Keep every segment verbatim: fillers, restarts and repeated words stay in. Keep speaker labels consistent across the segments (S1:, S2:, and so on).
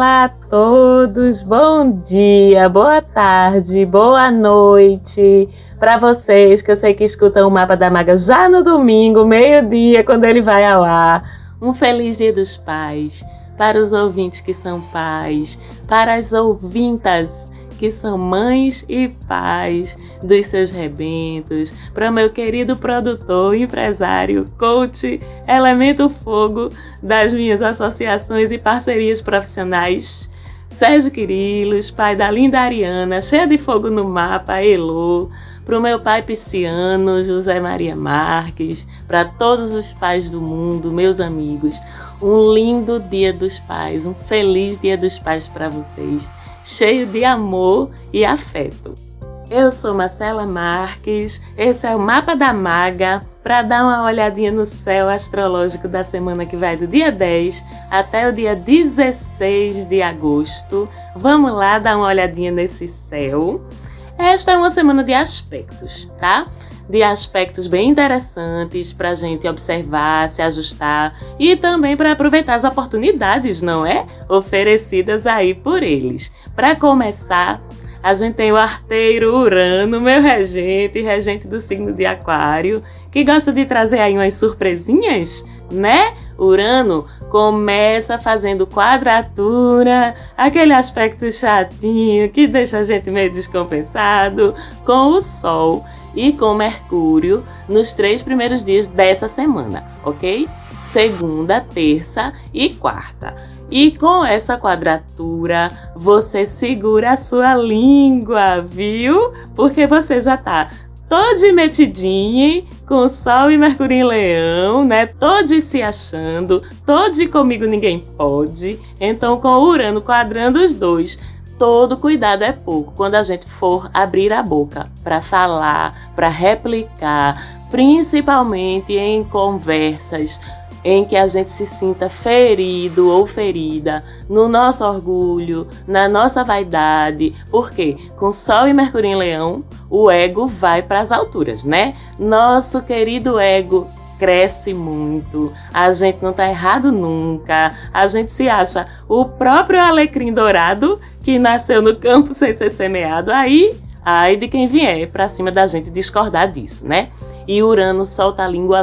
S1: Olá a todos, bom dia, boa tarde, boa noite para vocês que eu sei que escutam o Mapa da Maga já no domingo, meio-dia, quando ele vai ao ar. Um feliz Dia dos Pais para os ouvintes que são pais, para as ouvintas que são mães e pais dos seus rebentos, para o meu querido produtor, empresário, coach, elemento fogo das minhas associações e parcerias profissionais, Sérgio Quirilos, pai da linda Ariana, cheia de fogo no mapa, Elô, para o meu pai pisciano, José Maria Marques, para todos os pais do mundo, meus amigos, um lindo Dia dos Pais, um feliz Dia dos Pais para vocês, cheio de amor e afeto. Eu sou Marcela Marques, esse é o Mapa da Maga, para dar uma olhadinha no céu astrológico da semana que vai do dia dez até o dia dezesseis de agosto. Vamos lá dar uma olhadinha nesse céu. Esta é uma semana de aspectos, tá? De aspectos bem interessantes para a gente observar, se ajustar e também para aproveitar as oportunidades, não é? Oferecidas aí por eles. Para começar, a gente tem o arteiro Urano, meu regente, regente do signo de Aquário, que gosta de trazer aí umas surpresinhas, né? Urano começa fazendo quadratura, aquele aspecto chatinho que deixa a gente meio descompensado, com o Sol e com Mercúrio nos três primeiros dias dessa semana, ok? Segunda, terça e quarta. E com essa quadratura, você segura a sua língua, viu? Porque você já tá todo metidinho, com Sol e Mercúrio em Leão, né? Todo se achando, todo comigo ninguém pode. Então, com o Urano quadrando os dois, todo cuidado é pouco quando a gente for abrir a boca para falar, para replicar, principalmente em conversas em que a gente se sinta ferido ou ferida no nosso orgulho, na nossa vaidade. Porque com Sol e Mercúrio em Leão, o ego vai para as alturas, né? Nosso querido ego cresce muito, a gente não tá errado nunca, a gente se acha o próprio alecrim dourado que nasceu no campo sem ser semeado, aí, ai de quem vier pra cima da gente discordar disso, né? E Urano solta a língua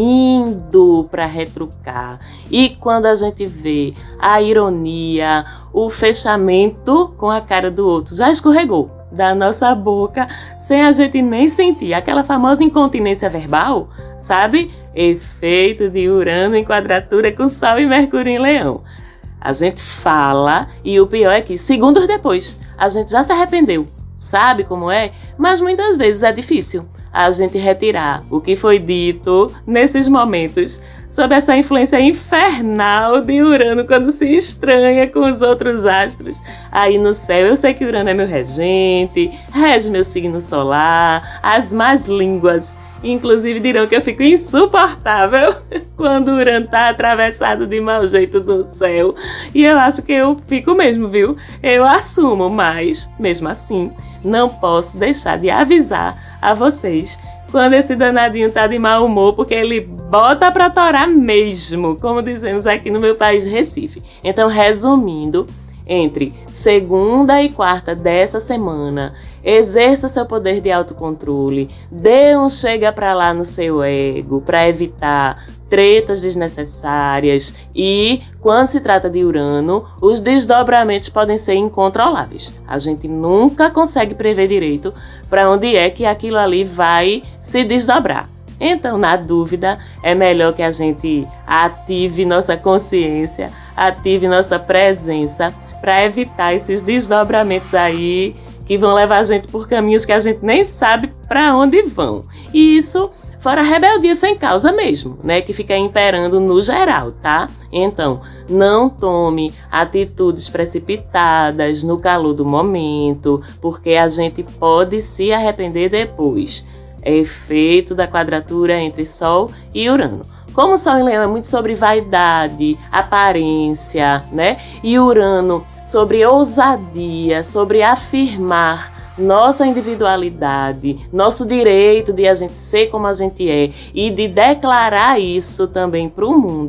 S1: lindo para retrucar. E quando a gente vê a ironia, o fechamento com a cara do outro, já escorregou da nossa boca sem a gente nem sentir. Aquela famosa incontinência verbal, sabe? Efeito de Urano em quadratura com Sol e Mercúrio em Leão. A gente fala e o pior é que segundos depois a gente já se arrependeu. Sabe como é? Mas muitas vezes é difícil a gente retirar o que foi dito nesses momentos sob essa influência infernal de Urano quando se estranha com os outros astros aí no céu. Eu sei que Urano é meu regente, rege meu signo solar, as más línguas inclusive dirão que eu fico insuportável quando Urano tá atravessado de mau jeito no céu. E eu acho que eu fico mesmo, viu? Eu assumo, mas mesmo assim não posso deixar de avisar a vocês quando esse danadinho tá de mau humor, porque ele bota pra torar mesmo, como dizemos aqui no meu país, Recife. Então, resumindo, entre segunda e quarta dessa semana, exerça seu poder de autocontrole, dê um chega pra lá no seu ego para evitar tretas desnecessárias e, quando se trata de Urano, os desdobramentos podem ser incontroláveis. A gente nunca consegue prever direito para onde é que aquilo ali vai se desdobrar. Então, na dúvida, é melhor que a gente ative nossa consciência, ative nossa presença para evitar esses desdobramentos aí que vão levar a gente por caminhos que a gente nem sabe para onde vão. E isso fora a rebeldia sem causa mesmo, né? Que fica imperando no geral, tá? Então, não tome atitudes precipitadas no calor do momento, porque a gente pode se arrepender depois. É efeito da quadratura entre Sol e Urano. Como o Sol em Leão é muito sobre vaidade, aparência, né? E Urano sobre ousadia, sobre afirmar nossa individualidade, nosso direito de a gente ser como a gente é e de declarar isso também para o mundo.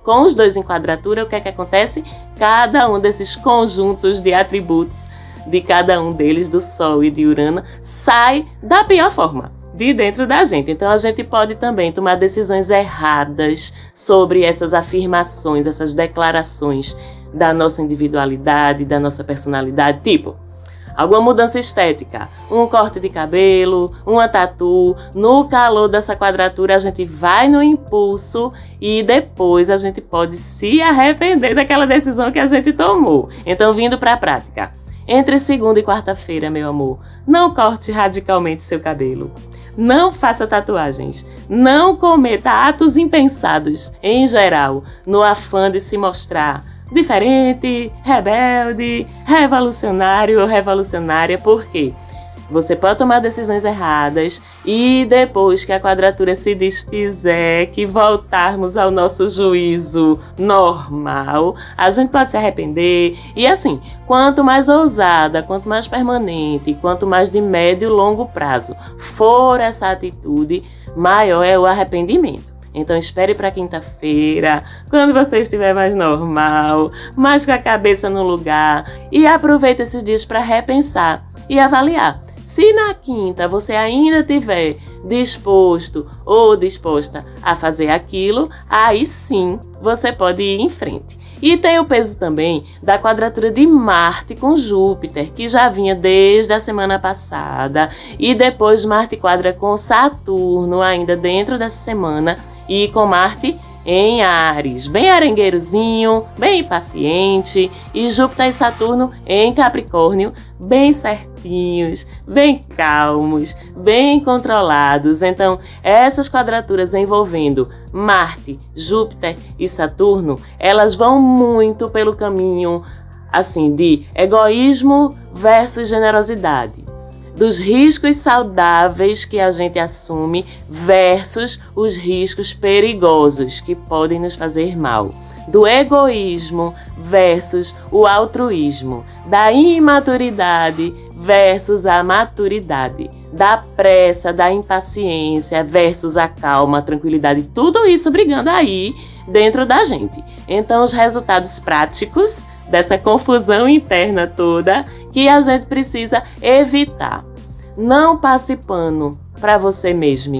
S1: Com os dois em quadratura, o que é que acontece? Cada um desses conjuntos de atributos de cada um deles, do Sol e de Urano, sai da pior forma, de dentro da gente. Então a gente pode também tomar decisões erradas sobre essas afirmações, essas declarações da nossa individualidade, da nossa personalidade, tipo alguma mudança estética, um corte de cabelo, uma tatu. No calor dessa quadratura a gente vai no impulso e depois a gente pode se arrepender daquela decisão que a gente tomou. Então, vindo para a prática, entre segunda e quarta-feira, meu amor, não corte radicalmente seu cabelo. Não faça tatuagens, não cometa atos impensados, em geral, no afã de se mostrar diferente, rebelde, revolucionário ou revolucionária. Por quê? Você pode tomar decisões erradas e depois que a quadratura se desfizer, que voltarmos ao nosso juízo normal, a gente pode se arrepender. E assim, quanto mais ousada, quanto mais permanente, quanto mais de médio e longo prazo for essa atitude, maior é o arrependimento. Então espere para quinta-feira, quando você estiver mais normal, mais com a cabeça no lugar, e aproveite esses dias para repensar e avaliar. Se na quinta você ainda estiver disposto ou disposta a fazer aquilo, aí sim você pode ir em frente. E tem o peso também da quadratura de Marte com Júpiter, que já vinha desde a semana passada, e depois Marte quadra com Saturno ainda dentro dessa semana, e com Marte em Áries, bem arengueirozinho, bem impaciente, e Júpiter e Saturno em Capricórnio, bem certinhos, bem calmos, bem controlados. Então, essas quadraturas envolvendo Marte, Júpiter e Saturno, elas vão muito pelo caminho assim de egoísmo versus generosidade, dos riscos saudáveis que a gente assume versus os riscos perigosos que podem nos fazer mal, do egoísmo versus o altruísmo, da imaturidade versus a maturidade, da pressa, da impaciência versus a calma, a tranquilidade, tudo isso brigando aí dentro da gente. Então, os resultados práticos dessa confusão interna toda que a gente precisa evitar. Não passe pano para você mesmo.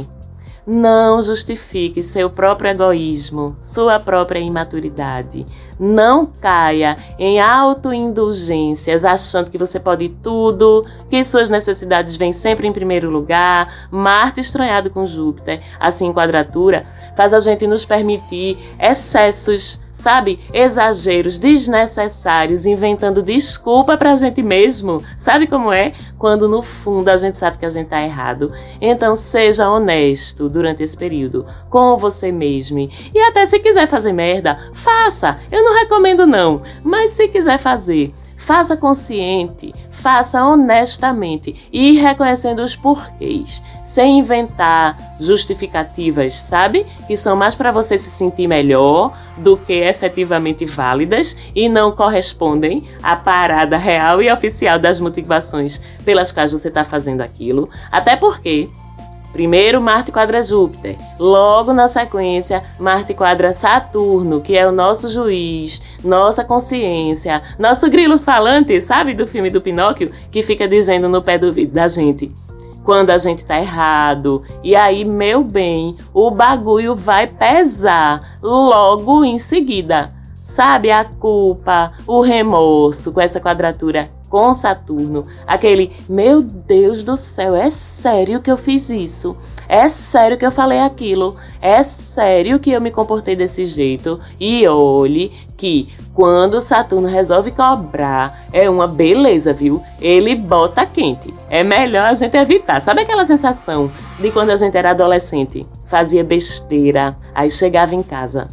S1: Não justifique seu próprio egoísmo, sua própria imaturidade. Não caia em autoindulgências, achando que você pode tudo, que suas necessidades vêm sempre em primeiro lugar. Marte estranhado com Júpiter, assim em quadratura, faz a gente nos permitir excessos, sabe? Exageros desnecessários, inventando desculpa pra gente mesmo. Sabe como é? Quando no fundo a gente sabe que a gente tá errado. Então seja honesto durante esse período com você mesmo. E até se quiser fazer merda, faça. Eu não recomendo não, mas se quiser fazer, faça consciente, faça honestamente e reconhecendo os porquês, sem inventar justificativas, sabe? Que são mais para você se sentir melhor do que efetivamente válidas e não correspondem à parada real e oficial das motivações pelas quais você está fazendo aquilo. Até porque primeiro Marte quadra Júpiter, logo na sequência Marte quadra Saturno, que é o nosso juiz, nossa consciência, nosso grilo falante, sabe, do filme do Pinóquio, que fica dizendo no pé do ouvido da gente quando a gente tá errado. E aí, meu bem, o bagulho vai pesar logo em seguida, sabe, a culpa, o remorso com essa quadratura com Saturno, aquele, meu Deus do céu, é sério que eu fiz isso? É sério que eu falei aquilo? É sério que eu me comportei desse jeito? E olhe que quando Saturno resolve cobrar, é uma beleza, viu? Ele bota quente. É melhor a gente evitar. Sabe aquela sensação de quando a gente era adolescente? Fazia besteira, aí chegava em casa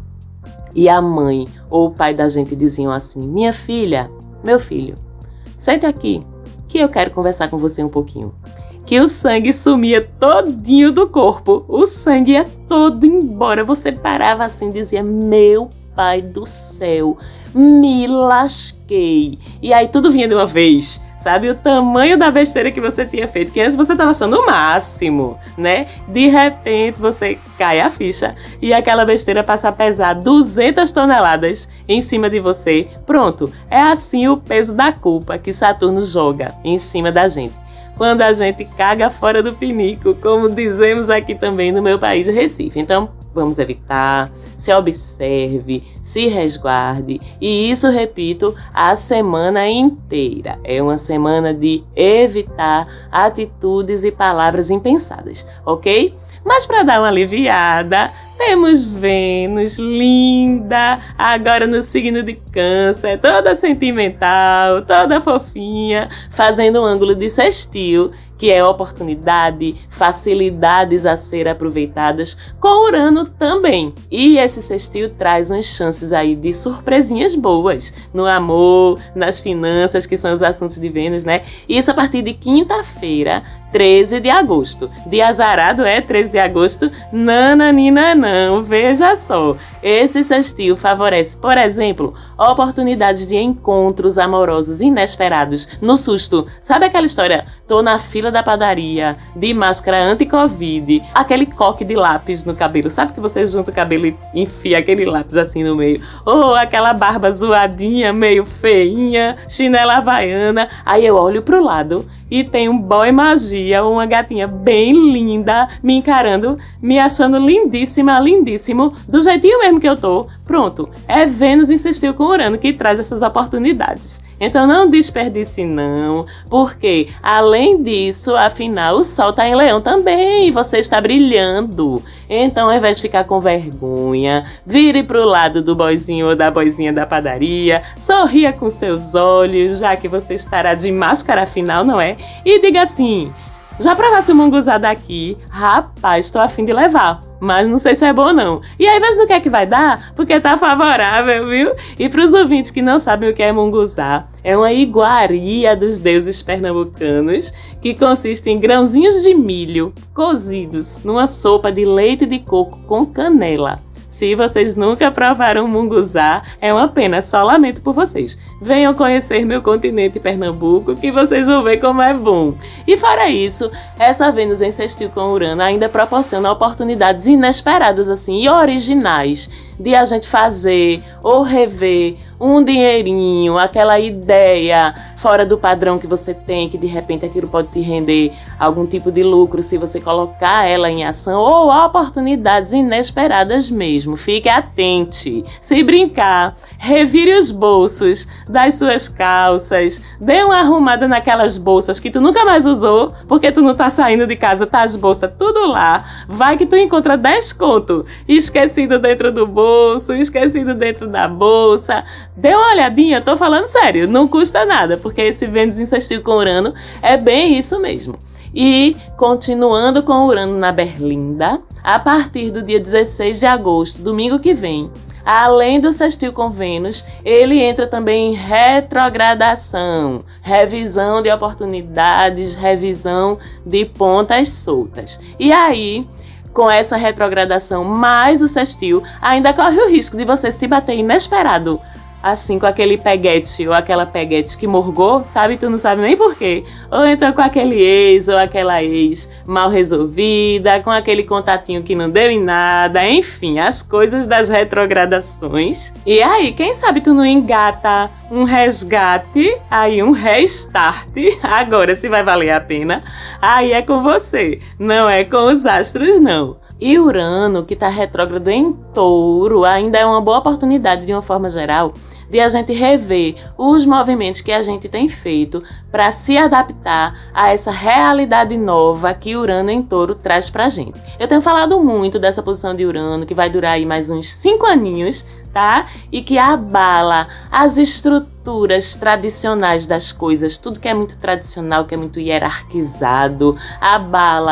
S1: e a mãe ou o pai da gente diziam assim, minha filha, meu filho, senta aqui, que eu quero conversar com você um pouquinho. Que o sangue sumia todinho do corpo. O sangue ia todo embora. Você parava assim e dizia, meu pai do céu, me lasquei. E aí tudo vinha de uma vez, sabe? O tamanho da besteira que você tinha feito, que antes você estava achando o máximo, né? De repente você cai a ficha e aquela besteira passa a pesar duzentas toneladas em cima de você. Pronto, é assim o peso da culpa que Saturno joga em cima da gente. Quando a gente caga fora do pinico, como dizemos aqui também no meu país de Recife. Então, vamos evitar, se observe, se resguarde. E isso, repito, a semana inteira. É uma semana de evitar atitudes e palavras impensadas, ok? Mas para dar uma aliviada, temos Vênus, linda, agora no signo de Câncer, toda sentimental, toda fofinha, fazendo um ângulo de sextil, que é oportunidade, facilidades a ser aproveitadas, com Urano também. E esse sextil traz umas chances aí de surpresinhas boas no amor, nas finanças, que são os assuntos de Vênus, né? Isso a partir de quinta-feira, treze de agosto. Dia azarado é treze de agosto? Nananina não, veja só. Esse sextil favorece, por exemplo, oportunidades de encontros amorosos inesperados no susto. Sabe aquela história? Tô na fila da padaria, de máscara anti-covid, aquele coque de lápis no cabelo. Sabe que você junta o cabelo e enfia aquele lápis assim no meio? Ou aquela barba zoadinha, meio feinha, chinela havaiana. Aí eu olho pro lado e tem um boy magia, uma gatinha bem linda, me encarando, me achando lindíssima, lindíssimo, do jeitinho mesmo que eu tô. Pronto, é Vênus em sextil com Urano que traz essas oportunidades. Então não desperdice não, porque além disso, afinal, o Sol tá em Leão também e você está brilhando. Então, ao invés de ficar com vergonha, vire pro lado do boizinho ou da boizinha da padaria, sorria com seus olhos, já que você estará de máscara afinal, não é? E diga assim: já provasse o munguzá daqui? Rapaz, tô a fim de levar, mas não sei se é bom não. E aí, veja no que é que vai dar, porque tá favorável, viu? E pros ouvintes que não sabem o que é munguzá, é uma iguaria dos deuses pernambucanos que consiste em grãozinhos de milho cozidos numa sopa de leite de coco com canela. Se vocês nunca provaram munguzá, é uma pena, só lamento por vocês. Venham conhecer meu continente Pernambuco, que vocês vão ver como é bom. E fora isso, essa Vênus em sextil com Urano ainda proporciona oportunidades inesperadas assim, e originais de a gente fazer ou rever um dinheirinho, aquela ideia fora do padrão que você tem, que de repente aquilo pode te render algum tipo de lucro se você colocar ela em ação, ou oportunidades inesperadas mesmo. Fique atente. Se brincar, revire os bolsos das suas calças, dê uma arrumada naquelas bolsas que tu nunca mais usou, porque tu não tá saindo de casa, tá as bolsas tudo lá. Vai que tu encontra dez conto esquecido dentro do bolso, esquecido dentro da bolsa. Dê uma olhadinha, tô falando sério, não custa nada, porque esse Vênus em sextil com Urano é bem isso mesmo. E, continuando com Urano na Berlinda, a partir do dia dezesseis de agosto, domingo que vem, além do sextil com Vênus, ele entra também em retrogradação, revisão de oportunidades, revisão de pontas soltas. E aí, com essa retrogradação mais o sextil, ainda corre o risco de você se bater inesperado, assim, com aquele peguete ou aquela peguete que morgou, sabe? Tu não sabe nem por quê. Ou então com aquele ex ou aquela ex mal resolvida, com aquele contatinho que não deu em nada, enfim, as coisas das retrogradações. E aí, quem sabe tu não engata um resgate, aí um restart, agora se vai valer a pena, aí é com você, não é com os astros não. E Urano, que está retrógrado em Touro, ainda é uma boa oportunidade, de uma forma geral, de a gente rever os movimentos que a gente tem feito para se adaptar a essa realidade nova que Urano em Touro traz para a gente. Eu tenho falado muito dessa posição de Urano, que vai durar aí mais uns cinco aninhos, tá? E que abala as estruturas tradicionais das coisas, tudo que é muito tradicional, que é muito hierarquizado, abala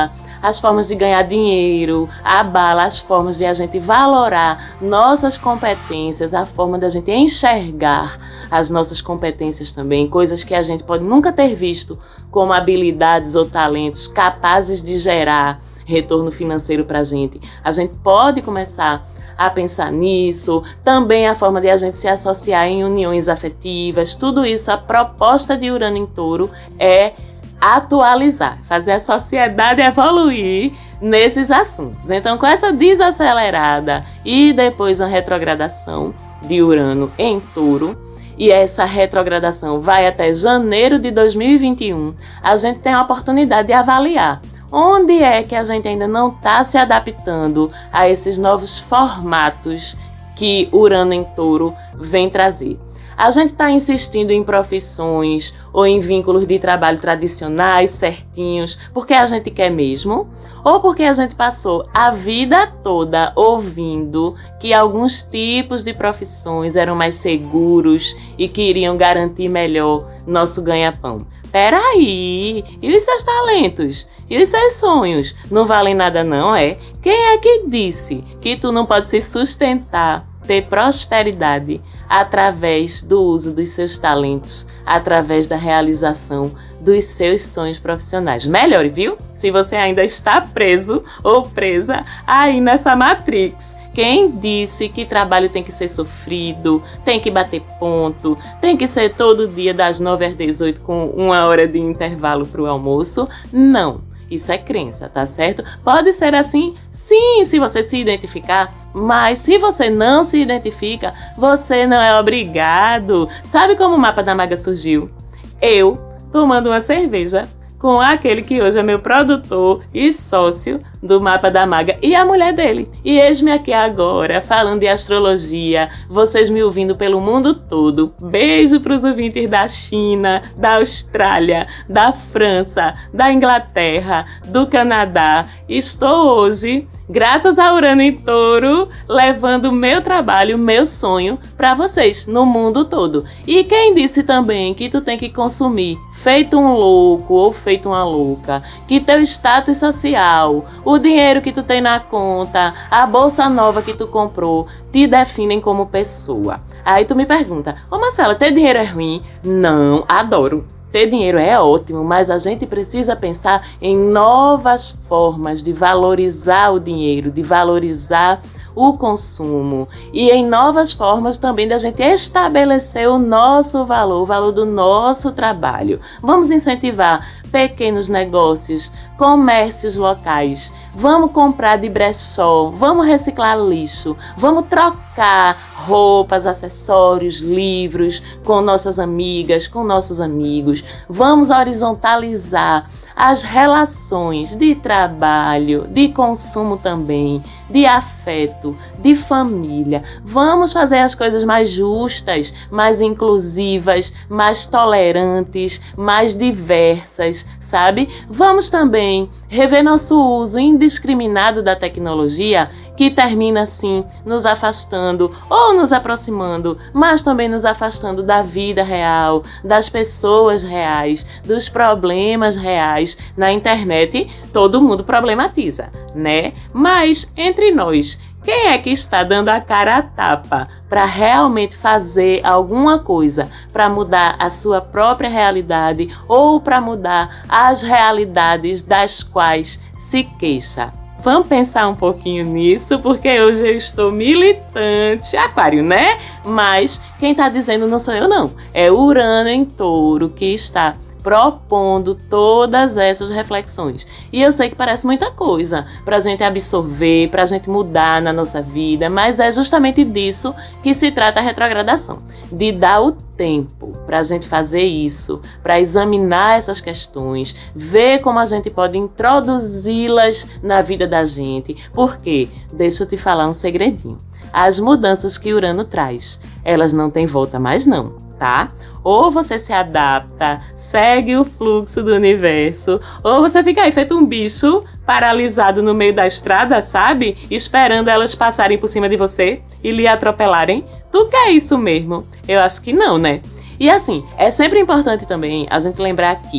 S1: as formas de ganhar dinheiro, abala as formas de a gente valorar nossas competências, a forma de a gente enxergar as nossas competências também, coisas que a gente pode nunca ter visto como habilidades ou talentos capazes de gerar retorno financeiro para a gente. A gente pode começar a pensar nisso, também a forma de a gente se associar em uniões afetivas, tudo isso, a proposta de Urano em Touro é atualizar, fazer a sociedade evoluir nesses assuntos. Então, com essa desacelerada e depois uma retrogradação de Urano em Touro, e essa retrogradação vai até janeiro de dois mil e vinte e um, a gente tem a oportunidade de avaliar onde é que a gente ainda não está se adaptando a esses novos formatos que Urano em Touro vem trazer. A gente está insistindo em profissões ou em vínculos de trabalho tradicionais, certinhos, porque a gente quer mesmo, ou porque a gente passou a vida toda ouvindo que alguns tipos de profissões eram mais seguros e que iriam garantir melhor nosso ganha-pão. Peraí, e os seus talentos? E os seus sonhos? Não valem nada não, é? Quem é que disse que tu não pode se sustentar, ter prosperidade através do uso dos seus talentos, através da realização dos seus sonhos profissionais? Melhore, viu? Se você ainda está preso ou presa aí nessa Matrix. Quem disse que trabalho tem que ser sofrido, tem que bater ponto, tem que ser todo dia das nove às dezoito com uma hora de intervalo para o almoço? Não. Isso é crença, tá certo? Pode ser assim, sim, se você se identificar, mas se você não se identifica, você não é obrigado. Sabe como o Mapa da Maga surgiu? Eu tomando uma cerveja com aquele que hoje é meu produtor e sócio do Mapa da Maga e a mulher dele. E eis-me aqui agora, falando de astrologia, vocês me ouvindo pelo mundo todo. Beijo para os ouvintes da China, da Austrália, da França, da Inglaterra, do Canadá. Estou hoje, graças a Urano em Touro, levando o meu trabalho, meu sonho para vocês no mundo todo. E quem disse também que tu tem que consumir feito um louco ou feito uma louca, que teu status social, o dinheiro que tu tem na conta, a bolsa nova que tu comprou, te definem como pessoa. Aí tu me pergunta, ô Marcela, ter dinheiro é ruim? Não, adoro. Ter dinheiro é ótimo, mas a gente precisa pensar em novas formas de valorizar o dinheiro, de valorizar o consumo e em novas formas também da gente estabelecer o nosso valor, o valor do nosso trabalho. Vamos incentivar pequenos negócios, comércios locais, vamos comprar de brechó, vamos reciclar lixo, vamos trocar roupas, acessórios, livros com nossas amigas, com nossos amigos, vamos horizontalizar as relações de trabalho, de consumo também, de afeto, de família. Vamos fazer as coisas mais justas, mais inclusivas, mais tolerantes, mais diversas, sabe? Vamos também rever nosso uso indiscriminado da tecnologia, que termina assim nos afastando ou nos aproximando, mas também nos afastando da vida real, das pessoas reais, dos problemas reais. Na internet todo mundo problematiza, né? Mas entre nós, quem é que está dando a cara a tapa para realmente fazer alguma coisa para mudar a sua própria realidade ou para mudar as realidades das quais se queixa? Vamos pensar um pouquinho nisso, porque hoje eu estou militante, Aquário, né? Mas quem está dizendo não sou eu, não. É Urano em Touro que está propondo todas essas reflexões. E eu sei que parece muita coisa para a gente absorver, para a gente mudar na nossa vida, mas é justamente disso que se trata a retrogradação, de dar o tempo para a gente fazer isso, para examinar essas questões, ver como a gente pode introduzi-las na vida da gente. Porque, deixa eu te falar um segredinho, as mudanças que Urano traz, elas não têm volta mais não, tá? Ou você se adapta, segue o fluxo do universo, ou você fica aí feito um bicho paralisado no meio da estrada, sabe? Esperando elas passarem por cima de você e lhe atropelarem. Tu quer isso mesmo? Eu acho que não, né? E assim, é sempre importante também a gente lembrar aqui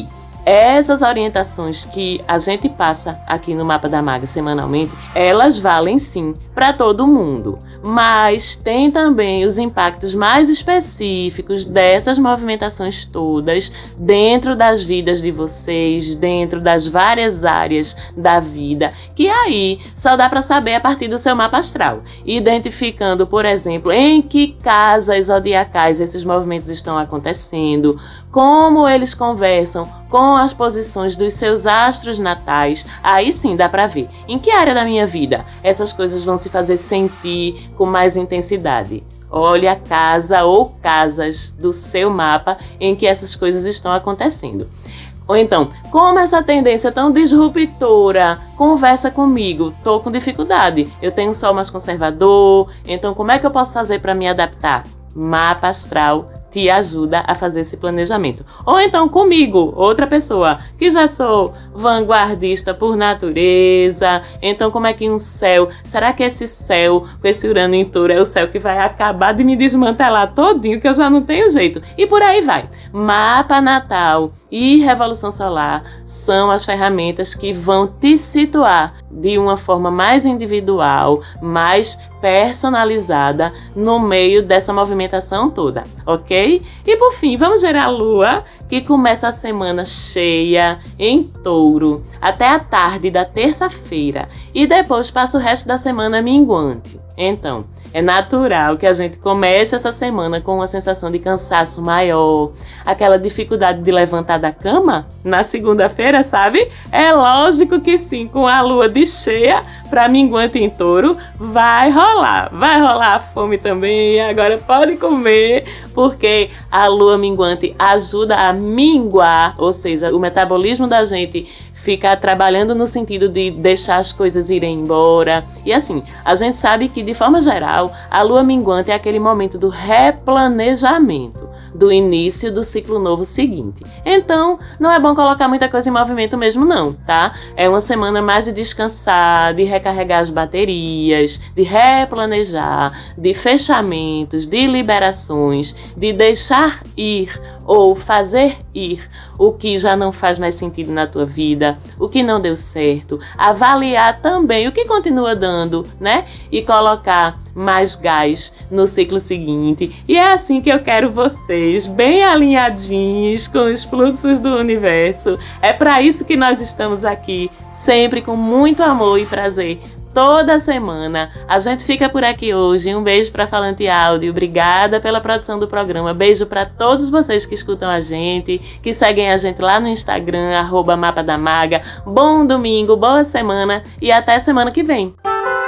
S1: essas orientações que a gente passa aqui no Mapa da Maga semanalmente, elas valem sim para todo mundo. Mas tem também os impactos mais específicos dessas movimentações todas dentro das vidas de vocês, dentro das várias áreas da vida, que aí só dá para saber a partir do seu mapa astral, identificando, por exemplo, em que casas zodiacais esses movimentos estão acontecendo, como eles conversam com as posições dos seus astros natais. Aí sim dá para ver em que área da minha vida essas coisas vão se fazer sentir com mais intensidade. Olhe a casa ou casas do seu mapa em que essas coisas estão acontecendo. Ou então, como essa tendência tão disruptora conversa comigo? Tô com dificuldade, eu tenho um sol mais conservador, então como é que eu posso fazer para me adaptar? Mapa astral te ajuda a fazer esse planejamento. Ou então comigo, outra pessoa, que já sou vanguardista por natureza. Então como é que um céu, será que esse céu com esse Urano em Touro é o céu que vai acabar de me desmantelar todinho, que eu já não tenho jeito? E por aí vai. Mapa natal e revolução solar são as ferramentas que vão te situar de uma forma mais individual, mais personalizada no meio dessa movimentação toda, ok? E por fim, vamos ver a Lua, que começa a semana cheia em Touro, até a tarde da terça-feira, e depois passa o resto da semana minguante. Então, é natural que a gente comece essa semana com uma sensação de cansaço maior, aquela dificuldade de levantar da cama na segunda-feira, sabe? É lógico que sim, com a lua de cheia para minguante em Touro, vai rolar. Vai rolar a fome também, agora pode comer, porque a lua minguante ajuda a minguar, ou seja, o metabolismo da gente ficar trabalhando no sentido de deixar as coisas irem embora. E assim, a gente sabe que, de forma geral, a lua minguante é aquele momento do replanejamento, do início do ciclo novo seguinte. Então, não é bom colocar muita coisa em movimento mesmo não, tá? É uma semana mais de descansar, de recarregar as baterias, de replanejar, de fechamentos, de liberações, de deixar ir ou fazer ir o que já não faz mais sentido na tua vida, o que não deu certo, avaliar também o que continua dando, né? E colocar mais gás no ciclo seguinte. E é assim que eu quero vocês, bem alinhadinhos com os fluxos do universo. É para isso que nós estamos aqui, sempre com muito amor e prazer. Toda semana. A gente fica por aqui hoje. Um beijo para Falante Áudio. Obrigada pela produção do programa. Beijo para todos vocês que escutam a gente, que seguem a gente lá no Instagram, arroba Mapa da Maga. Bom domingo, boa semana e até semana que vem.